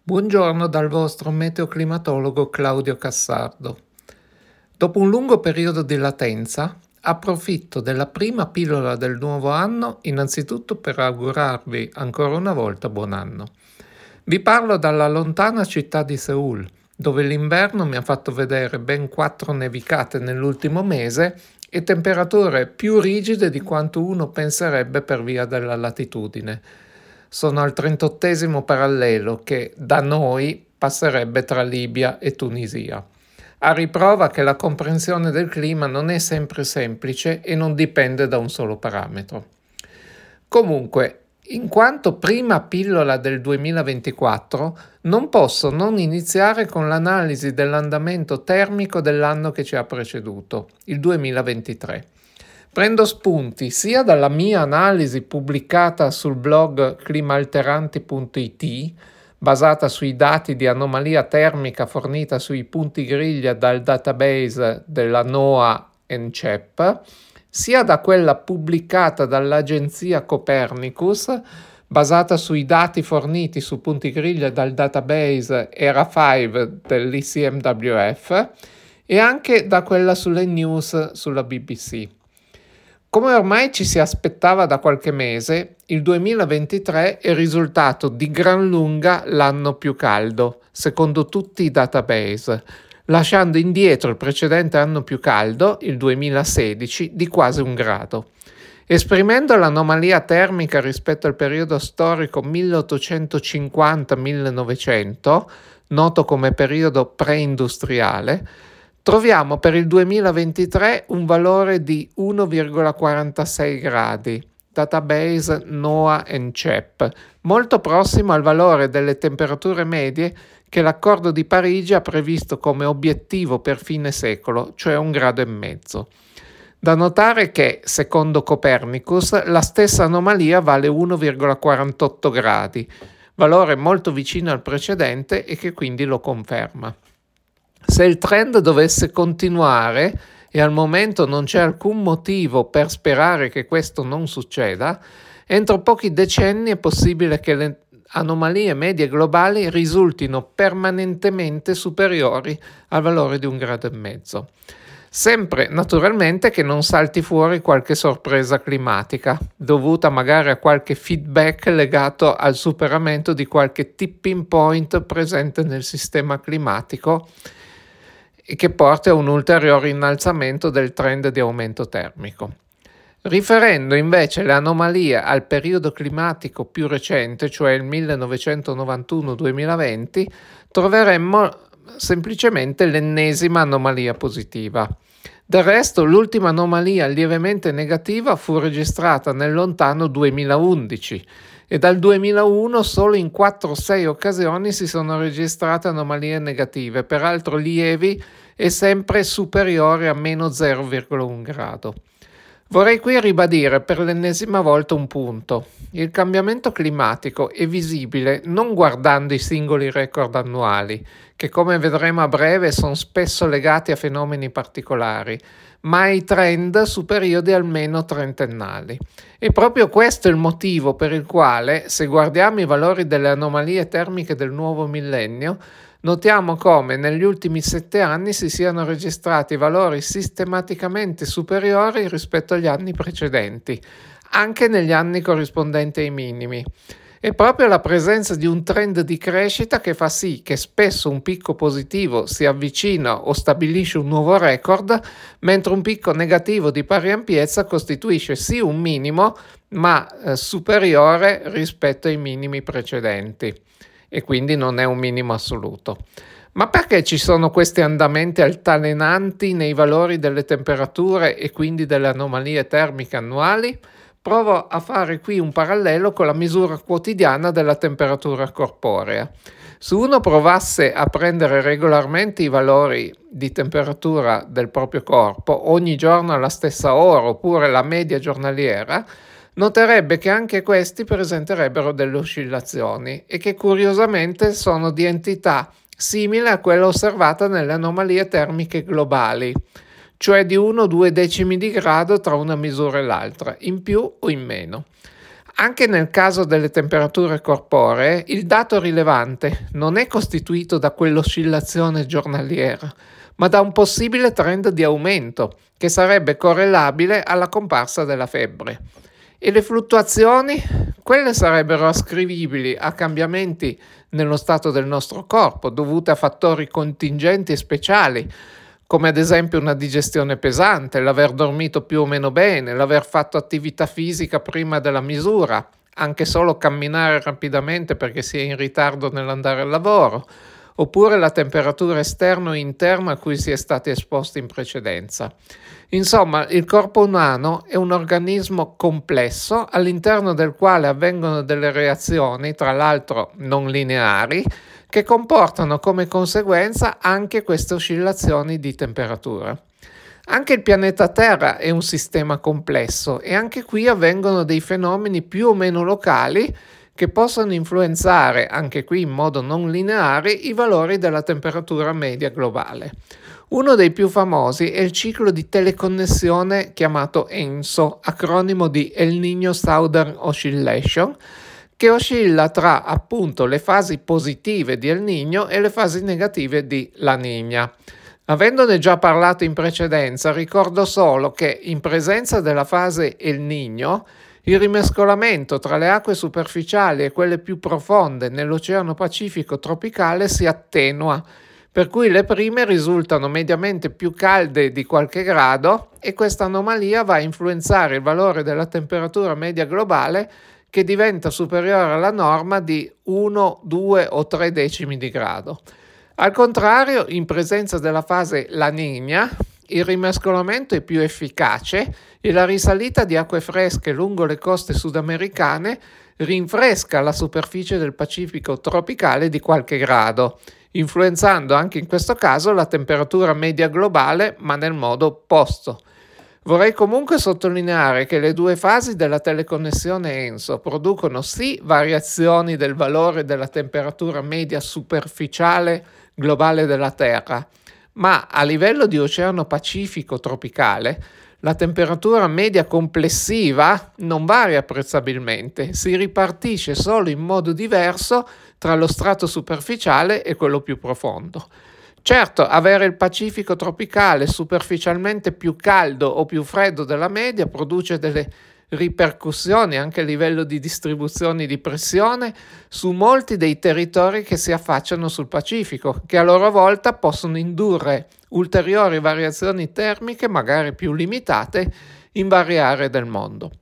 Buongiorno dal vostro meteoclimatologo Claudio Cassardo. Dopo un lungo periodo di latenza, approfitto della prima pillola del nuovo anno innanzitutto per augurarvi ancora una volta buon anno. Vi parlo dalla lontana città di Seul, dove l'inverno mi ha fatto vedere ben 4 nevicate nell'ultimo mese e temperature più rigide di quanto uno penserebbe per via della latitudine. Sono al 38° parallelo che da noi passerebbe tra Libia e Tunisia. A riprova che la comprensione del clima non è sempre semplice e non dipende da un solo parametro. Comunque, in quanto prima pillola del 2024, non posso non iniziare con l'analisi dell'andamento termico dell'anno che ci ha preceduto, il 2023. Prendo spunti sia dalla mia analisi pubblicata sul blog climalteranti.it, basata sui dati di anomalia termica fornita sui punti griglia dal database della NOAA-NCEP, sia da quella pubblicata dall'agenzia Copernicus, basata sui dati forniti su punti griglia dal database ERA5 dell'ICMWF, e anche da quella sulle news sulla BBC. Come ormai ci si aspettava da qualche mese, il 2023 è risultato di gran lunga l'anno più caldo, secondo tutti i database, lasciando indietro il precedente anno più caldo, il 2016, di quasi 1 grado. Esprimendo l'anomalia termica rispetto al periodo storico 1850-1900, noto come periodo preindustriale, troviamo per il 2023 un valore di 1,46 gradi, database NOAA-NCEP, molto prossimo al valore delle temperature medie che l'Accordo di Parigi ha previsto come obiettivo per fine secolo, cioè 1,5 gradi. Da notare che, secondo Copernicus, la stessa anomalia vale 1,48 gradi, valore molto vicino al precedente e che quindi lo conferma. Se il trend dovesse continuare, e al momento non c'è alcun motivo per sperare che questo non succeda, entro pochi decenni è possibile che le anomalie medie globali risultino permanentemente superiori al valore di 1,5 gradi. Sempre naturalmente che non salti fuori qualche sorpresa climatica, dovuta magari a qualche feedback legato al superamento di qualche tipping point presente nel sistema climatico e che porti a un ulteriore innalzamento del trend di aumento termico. Riferendo invece le anomalie al periodo climatico più recente, cioè il 1991-2020, troveremmo semplicemente l'ennesima anomalia positiva. Del resto, l'ultima anomalia lievemente negativa fu registrata nel lontano 2011 e dal 2001 solo in 4-6 occasioni si sono registrate anomalie negative, peraltro lievi e sempre superiori a meno 0,1 grado. Vorrei qui ribadire per l'ennesima volta un punto. Il cambiamento climatico è visibile non guardando i singoli record annuali, che come vedremo a breve sono spesso legati a fenomeni particolari, ma ai trend su periodi almeno trentennali. E proprio questo è il motivo per il quale, se guardiamo i valori delle anomalie termiche del nuovo millennio, notiamo come negli ultimi 7 anni si siano registrati valori sistematicamente superiori rispetto agli anni precedenti, anche negli anni corrispondenti ai minimi. È proprio la presenza di un trend di crescita che fa sì che spesso un picco positivo si avvicina o stabilisce un nuovo record, mentre un picco negativo di pari ampiezza costituisce sì un minimo, ma superiore rispetto ai minimi precedenti. E quindi non è un minimo assoluto. Ma perché ci sono questi andamenti altalenanti nei valori delle temperature e quindi delle anomalie termiche annuali? Provo a fare qui un parallelo con la misura quotidiana della temperatura corporea. Se uno provasse a prendere regolarmente i valori di temperatura del proprio corpo, ogni giorno alla stessa ora oppure la media giornaliera, noterebbe che anche questi presenterebbero delle oscillazioni e che curiosamente sono di entità simile a quella osservata nelle anomalie termiche globali, cioè di 1-2 decimi di grado tra una misura e l'altra, in più o in meno. Anche nel caso delle temperature corporee, il dato rilevante non è costituito da quell'oscillazione giornaliera, ma da un possibile trend di aumento che sarebbe correlabile alla comparsa della febbre. E le fluttuazioni? Quelle sarebbero ascrivibili a cambiamenti nello stato del nostro corpo, dovute a fattori contingenti e speciali, come ad esempio una digestione pesante, l'aver dormito più o meno bene, l'aver fatto attività fisica prima della misura, anche solo camminare rapidamente perché si è in ritardo nell'andare al lavoro, oppure la temperatura esterna o interna a cui si è stati esposti in precedenza. Insomma, il corpo umano è un organismo complesso all'interno del quale avvengono delle reazioni, tra l'altro non lineari, che comportano come conseguenza anche queste oscillazioni di temperatura. Anche il pianeta Terra è un sistema complesso e anche qui avvengono dei fenomeni più o meno locali che possono influenzare, anche qui in modo non lineare, i valori della temperatura media globale. Uno dei più famosi è il ciclo di teleconnessione chiamato ENSO, acronimo di El Niño Southern Oscillation, che oscilla tra appunto le fasi positive di El Niño e le fasi negative di La Niña. Avendone già parlato in precedenza, ricordo solo che in presenza della fase El Niño, il rimescolamento tra le acque superficiali e quelle più profonde nell'Oceano Pacifico tropicale si attenua, per cui le prime risultano mediamente più calde di qualche grado e questa anomalia va a influenzare il valore della temperatura media globale che diventa superiore alla norma di 1, 2 o 3 decimi di grado. Al contrario, in presenza della fase La Niña, il rimescolamento è più efficace e la risalita di acque fresche lungo le coste sudamericane rinfresca la superficie del Pacifico tropicale di qualche grado, influenzando anche in questo caso la temperatura media globale, ma nel modo opposto. Vorrei comunque sottolineare che le due fasi della teleconnessione ENSO producono sì variazioni del valore della temperatura media superficiale globale della Terra, ma a livello di Oceano Pacifico tropicale la temperatura media complessiva non varia apprezzabilmente, si ripartisce solo in modo diverso tra lo strato superficiale e quello più profondo. Certo, avere il Pacifico tropicale superficialmente più caldo o più freddo della media produce delle ripercussioni anche a livello di distribuzioni di pressione su molti dei territori che si affacciano sul Pacifico, che a loro volta possono indurre ulteriori variazioni termiche, magari più limitate, in varie aree del mondo.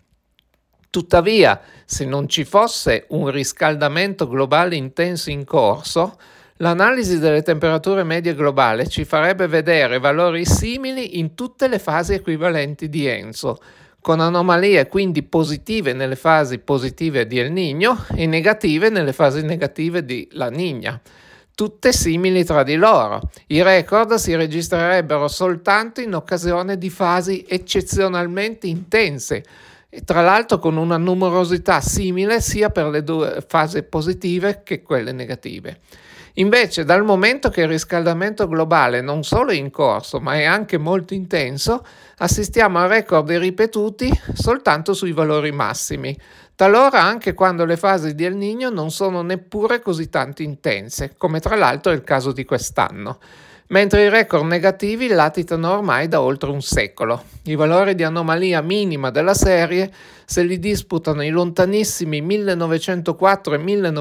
Tuttavia, se non ci fosse un riscaldamento globale intenso in corso, l'analisi delle temperature medie globali ci farebbe vedere valori simili in tutte le fasi equivalenti di ENSO, con anomalie quindi positive nelle fasi positive di El Niño e negative nelle fasi negative di La Niña, tutte simili tra di loro. I record si registrerebbero soltanto in occasione di fasi eccezionalmente intense, e tra l'altro con una numerosità simile sia per le due fasi positive che quelle negative. Invece, dal momento che il riscaldamento globale non solo è in corso, ma è anche molto intenso, assistiamo a record ripetuti soltanto sui valori massimi, talora anche quando le fasi di El Niño non sono neppure così tanto intense, come tra l'altro è il caso di quest'anno. Mentre i record negativi latitano ormai da oltre un secolo. I valori di anomalia minima della serie se li disputano i lontanissimi 1904 e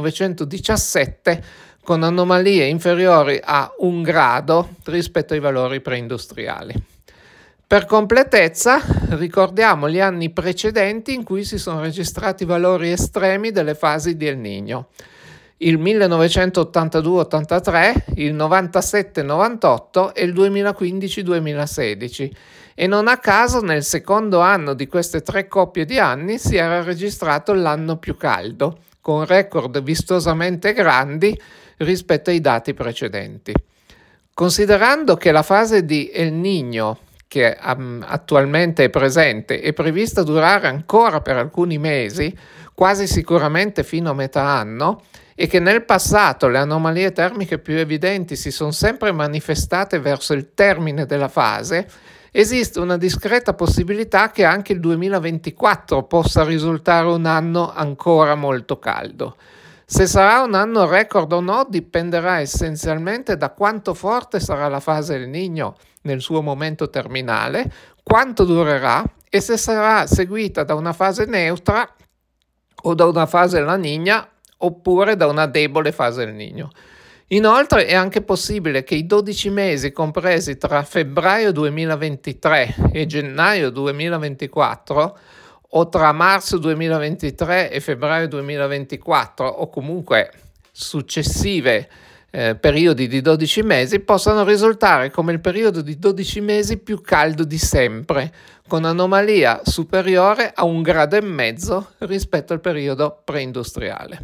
1917, con anomalie inferiori a 1 grado rispetto ai valori preindustriali. Per completezza, ricordiamo gli anni precedenti in cui si sono registrati valori estremi delle fasi di El Niño. Il 1982-83, il 97-98 e il 2015-2016. E non a caso nel secondo anno di queste tre coppie di anni si era registrato l'anno più caldo, con record vistosamente grandi rispetto ai dati precedenti. Considerando che la fase di El Niño, che attualmente è presente, è prevista durare ancora per alcuni mesi, quasi sicuramente fino a metà anno, e che nel passato le anomalie termiche più evidenti si sono sempre manifestate verso il termine della fase, esiste una discreta possibilità che anche il 2024 possa risultare un anno ancora molto caldo. Se sarà un anno record o no dipenderà essenzialmente da quanto forte sarà la fase del Niño nel suo momento terminale, quanto durerà e se sarà seguita da una fase neutra o da una fase La Niña oppure da una debole fase del Niño. Inoltre è anche possibile che i 12 mesi compresi tra febbraio 2023 e gennaio 2024 o tra marzo 2023 e febbraio 2024 o comunque successive periodi di 12 mesi possano risultare come il periodo di 12 mesi più caldo di sempre, con anomalia superiore a 1,5 gradi rispetto al periodo preindustriale.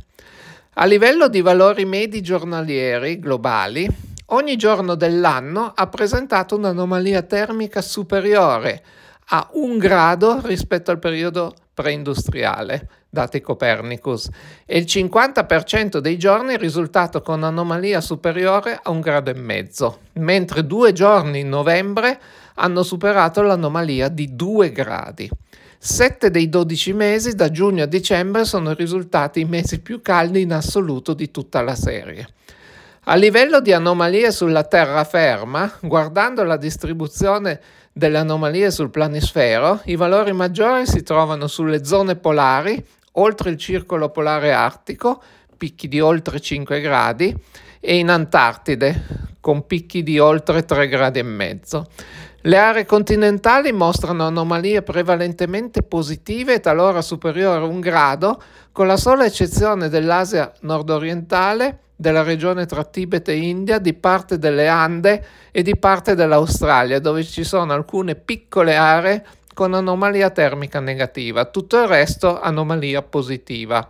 A livello di valori medi giornalieri globali, ogni giorno dell'anno ha presentato un'anomalia termica superiore a 1 grado rispetto al periodo preindustriale, dati Copernicus, e il 50% dei giorni è risultato con anomalia superiore a 1,5 gradi, mentre 2 giorni in novembre hanno superato l'anomalia di 2 gradi. 7 dei 12 mesi, da giugno a dicembre, sono risultati i mesi più caldi in assoluto di tutta la serie. A livello di anomalie sulla terraferma, guardando la distribuzione delle anomalie sul planisfero, i valori maggiori si trovano sulle zone polari, oltre il circolo polare artico, picchi di oltre 5 gradi, e in Antartide, con picchi di oltre 3,5 gradi. Le aree continentali mostrano anomalie prevalentemente positive e talora superiori a 1 grado, con la sola eccezione dell'Asia nord-orientale, della regione tra Tibet e India, di parte delle Ande e di parte dell'Australia, dove ci sono alcune piccole aree con anomalia termica negativa, tutto il resto anomalia positiva.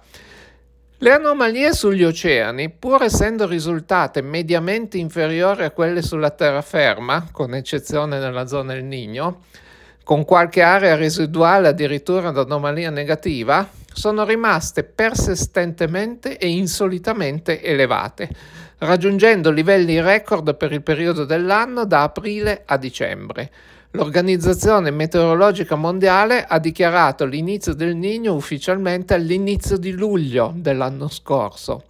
Le anomalie sugli oceani, pur essendo risultate mediamente inferiori a quelle sulla terraferma, con eccezione nella zona del Niño, con qualche area residuale addirittura ad anomalia negativa, sono rimaste persistentemente e insolitamente elevate, raggiungendo livelli record per il periodo dell'anno da aprile a dicembre. L'Organizzazione Meteorologica Mondiale ha dichiarato l'inizio del Niño ufficialmente all'inizio di luglio dell'anno scorso.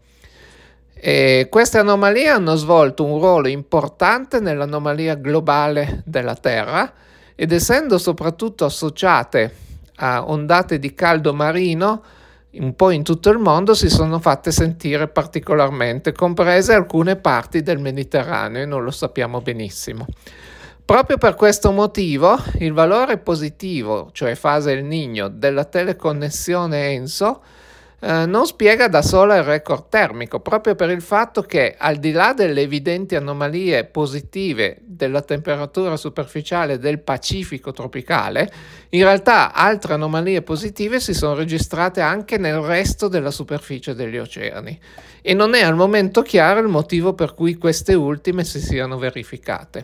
E queste anomalie hanno svolto un ruolo importante nell'anomalia globale della Terra ed essendo soprattutto associate a ondate di caldo marino un po' in tutto il mondo, si sono fatte sentire particolarmente, comprese alcune parti del Mediterraneo, e non lo sappiamo benissimo. Proprio per questo motivo il valore positivo, cioè fase El Niño, della teleconnessione ENSO non spiega da sola il record termico, proprio per il fatto che, al di là delle evidenti anomalie positive della temperatura superficiale del Pacifico tropicale, in realtà altre anomalie positive si sono registrate anche nel resto della superficie degli oceani e non è al momento chiaro il motivo per cui queste ultime si siano verificate.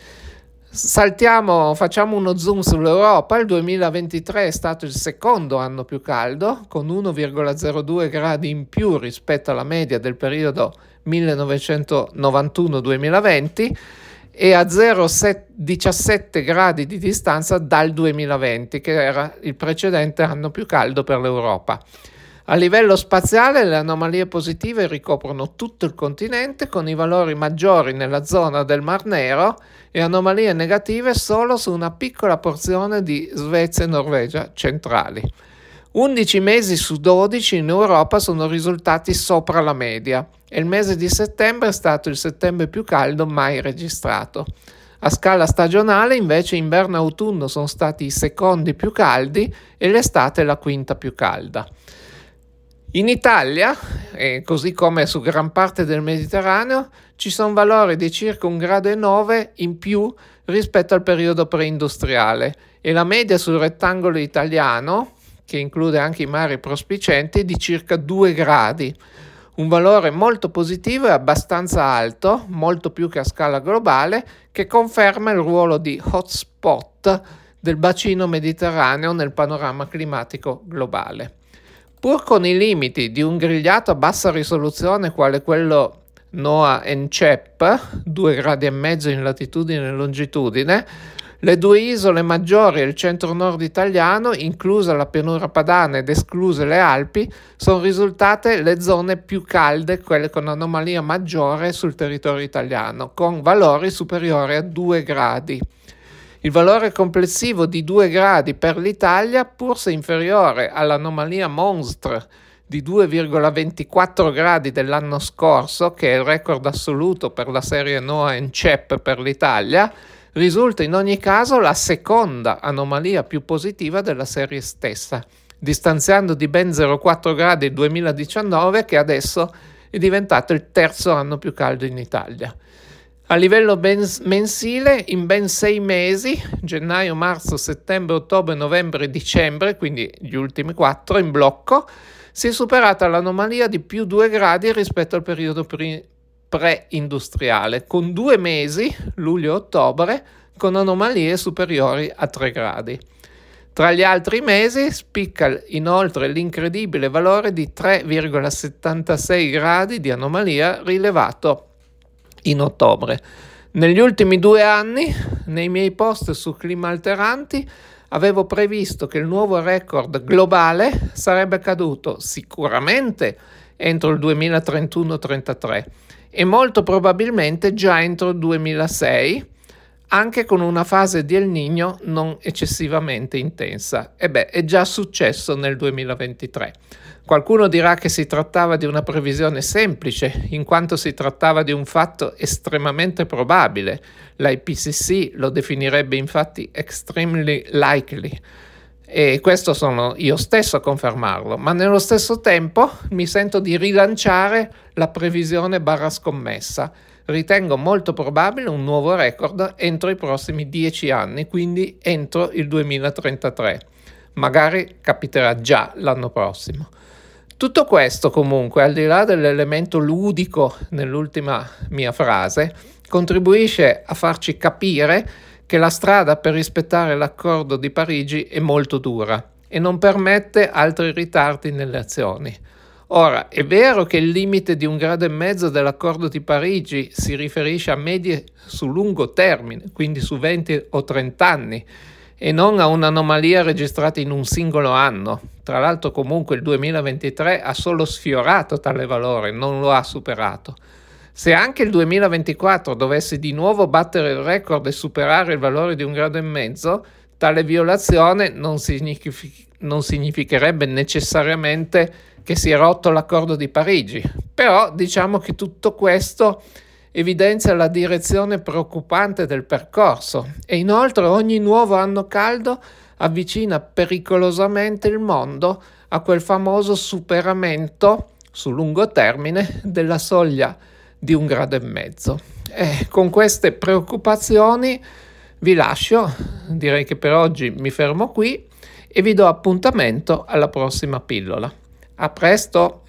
Facciamo uno zoom sull'Europa. Il 2023 è stato il secondo anno più caldo, con 1,02 gradi in più rispetto alla media del periodo 1991-2020 e a 0,17 gradi di distanza dal 2020, che era il precedente anno più caldo per l'Europa. A livello spaziale le anomalie positive ricoprono tutto il continente, con i valori maggiori nella zona del Mar Nero e anomalie negative solo su una piccola porzione di Svezia e Norvegia centrali. 11 mesi su 12 in Europa sono risultati sopra la media e il mese di settembre è stato il settembre più caldo mai registrato. A scala stagionale invece inverno e autunno sono stati i secondi più caldi e l'estate la quinta più calda. In Italia, così come su gran parte del Mediterraneo, ci sono valori di circa 1,9 gradi in più rispetto al periodo preindustriale e la media sul rettangolo italiano, che include anche i mari prospicenti, è di circa 2 gradi. Un valore molto positivo e abbastanza alto, molto più che a scala globale, che conferma il ruolo di hotspot del bacino mediterraneo nel panorama climatico globale. Pur con i limiti di un grigliato a bassa risoluzione quale quello NOAA-NCEP, 2,5 gradi in latitudine e longitudine, Le due isole maggiori e il centro-nord italiano, inclusa la pianura padana ed escluse le Alpi, sono risultate le zone più calde, quelle con anomalia maggiore sul territorio italiano, con valori superiori a 2 gradi. Il valore complessivo di 2 gradi per l'Italia, pur se inferiore all'anomalia monstre di 2,24 gradi dell'anno scorso, che è il record assoluto per la serie NOAA e CEP per l'Italia, risulta in ogni caso la seconda anomalia più positiva della serie stessa, distanziando di ben 0,4 gradi il 2019, che adesso è diventato il terzo anno più caldo in Italia. A livello mensile, in ben 6 mesi, gennaio, marzo, settembre, ottobre, novembre e dicembre, quindi gli ultimi 4 in blocco, si è superata l'anomalia di più 2 gradi rispetto al periodo pre-industriale, con 2 mesi, luglio e ottobre, con anomalie superiori a 3 gradi. Tra gli altri mesi spicca inoltre l'incredibile valore di 3,76 gradi di anomalia rilevato in ottobre. Negli ultimi 2 anni, nei miei post su clima alteranti, avevo previsto che il nuovo record globale sarebbe caduto sicuramente entro il 2031-33 e molto probabilmente già entro il 2006, anche con una fase di El Niño non eccessivamente intensa. È già successo nel 2023. Qualcuno dirà che si trattava di una previsione semplice, in quanto si trattava di un fatto estremamente probabile. L'IPCC lo definirebbe infatti extremely likely, e questo sono io stesso a confermarlo, ma nello stesso tempo mi sento di rilanciare la previsione / scommessa. Ritengo molto probabile un nuovo record entro i prossimi 10 anni, quindi entro il 2033. Magari capiterà già l'anno prossimo. Tutto questo comunque, al di là dell'elemento ludico nell'ultima mia frase, contribuisce a farci capire che la strada per rispettare l'accordo di Parigi è molto dura e non permette altri ritardi nelle azioni. Ora, è vero che il limite di 1,5 gradi dell'accordo di Parigi si riferisce a medie su lungo termine, quindi su 20 o 30 anni, e non a un'anomalia registrata in un singolo anno. Tra l'altro comunque il 2023 ha solo sfiorato tale valore, non lo ha superato. Se anche il 2024 dovesse di nuovo battere il record e superare il valore di 1,5 gradi, tale violazione non significherebbe necessariamente che si è rotto l'accordo di Parigi. Però diciamo che tutto questo evidenzia la direzione preoccupante del percorso e inoltre ogni nuovo anno caldo avvicina pericolosamente il mondo a quel famoso superamento su lungo termine della soglia di 1,5 gradi. Con queste preoccupazioni vi lascio, direi che per oggi mi fermo qui e vi do appuntamento alla prossima pillola. A presto!